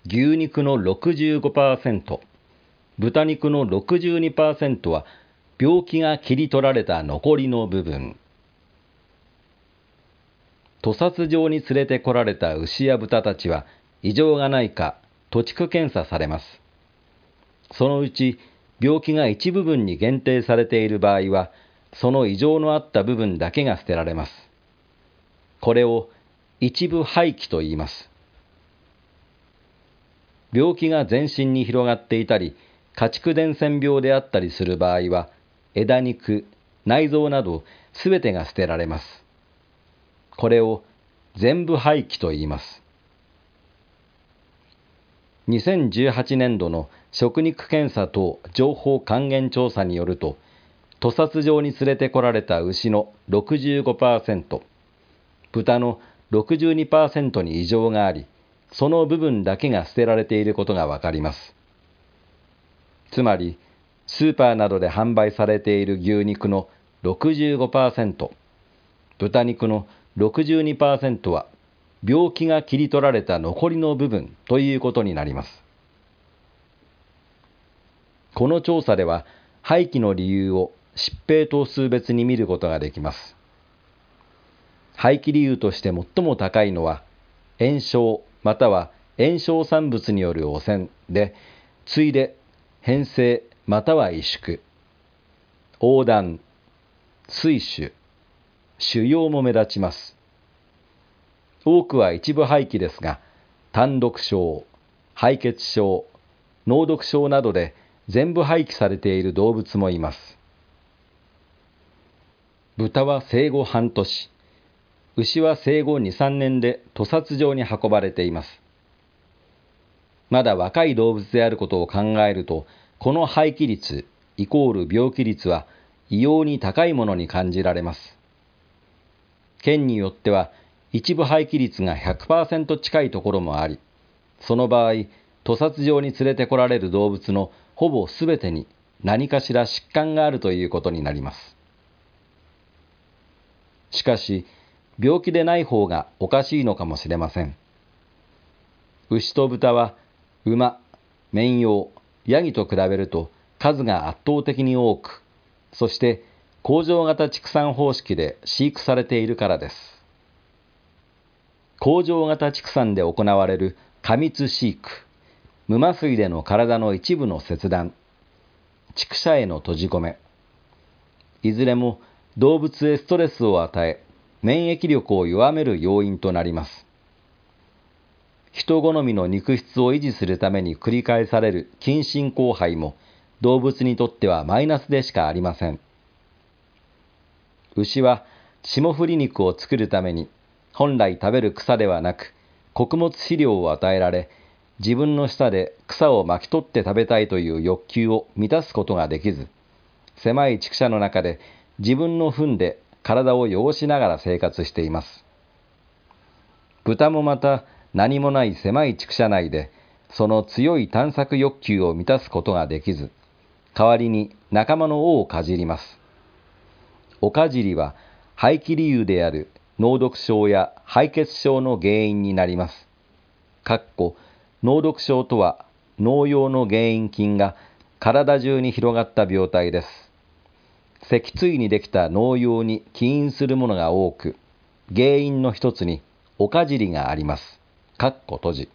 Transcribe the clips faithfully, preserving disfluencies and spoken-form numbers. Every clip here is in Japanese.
牛肉の ろくじゅうごパーセント、豚肉の ろくじゅうにパーセント は病気が切り取られた残りの部分。屠殺場に連れてこられた牛や豚たちは異常がないか土地検査されます。そのうち病気が一部分に限定されている場合は、その異常のあった部分だけが捨てられます。これを一部廃棄と言います。病気が全身に広がっていたり、家畜伝染病であったりする場合は、枝肉、内臓などすべてが捨てられます。これを全部廃棄と言います。にせんじゅうはちねんどの食肉検査等情報還元調査によると、屠殺場に連れてこられた牛の ろくじゅうごパーセント、豚の ろくじゅうにパーセント に異常があり、その部分だけが捨てられていることがわかります。つまり、スーパーなどで販売されている牛肉の ろくじゅうごパーセント、豚肉の ろくじゅうにパーセント は病気が切り取られた残りの部分ということになります。この調査では、廃棄の理由を疾病頭数別に見ることができます。廃棄理由として最も高いのは、炎症または炎症産物による汚染で、次いで変性または萎縮、横断、水腫、腫瘍も目立ちます。多くは一部廃棄ですが、単独症、敗血症、脳毒症などで全部廃棄されている動物もいます。豚は生後半年、牛は生後に、さんねんで屠殺場に運ばれています。まだ若い動物であることを考えると、この廃棄率イコール病気率は異様に高いものに感じられます。県によっては一部廃棄率が ひゃくパーセント 近いところもあり、その場合、屠殺場に連れてこられる動物のほぼすべてに何かしら疾患があるということになります。しかし、病気でない方がおかしいのかもしれません。牛と豚は馬、綿羊、ヤギと比べると数が圧倒的に多く、そして工場型畜産方式で飼育されているからです。工場型畜産で行われる過密飼育、無麻酔での体の一部の切断、畜舎への閉じ込め、いずれも動物へストレスを与え、免疫力を弱める要因となります。人好みの肉質を維持するために繰り返される近親交配も動物にとってはマイナスでしかありません。牛は霜降り肉を作るために本来食べる草ではなく穀物肥料を与えられ、自分の舌で草を巻き取って食べたいという欲求を満たすことができず、狭い畜舎の中で自分の糞で体を汚しながら生活しています。豚もまた何もない狭い畜舎内でその強い探索欲求を満たすことができず、代わりに仲間の尾をかじります。尾かじりは廃棄理由である脳毒症や敗血症の原因になります。かっこ脳毒症とは脳瘍の原因菌が体中に広がった病態です。脊椎にできた脳瘍に起因するものが多く、原因の一つに尾かじりがあります。かっこ閉じ。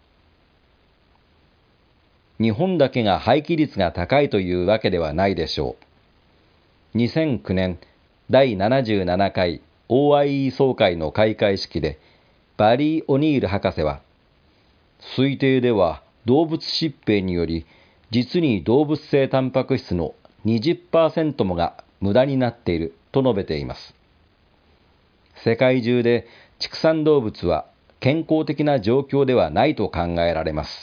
日本だけが廃棄率が高いというわけではないでしょう。にせんきゅうねんだいななじゅうななかい オーアイイー 総会の開会式で、バリー・オニール博士は、推定では動物疾病により、実に動物性タンパク質の にじゅっパーセント もが無駄になっていると述べています。世界中で畜産動物は健康的な状況ではないと考えられます。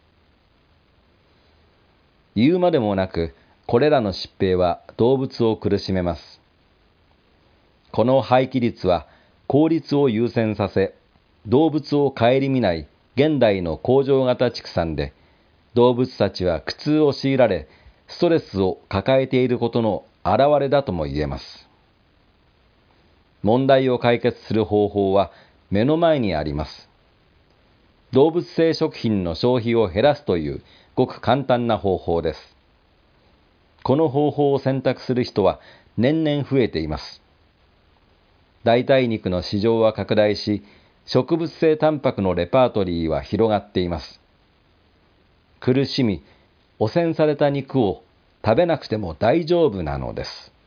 言うまでもなく、これらの疾病は動物を苦しめます。この廃棄率は効率を優先させ、動物を顧みない現代の工場型畜産で、動物たちは苦痛を強いられ、ストレスを抱えていることの表れだとも言えます。問題を解決する方法は目の前にあります。 動物性食品の消費を減らすというごく簡単な方法です。この方法を選択する人は年々増えています。代替肉の市場は拡大し、植物性タンパクのレパートリーは広がっています。苦しみ、汚染された肉を食べなくても大丈夫なのです。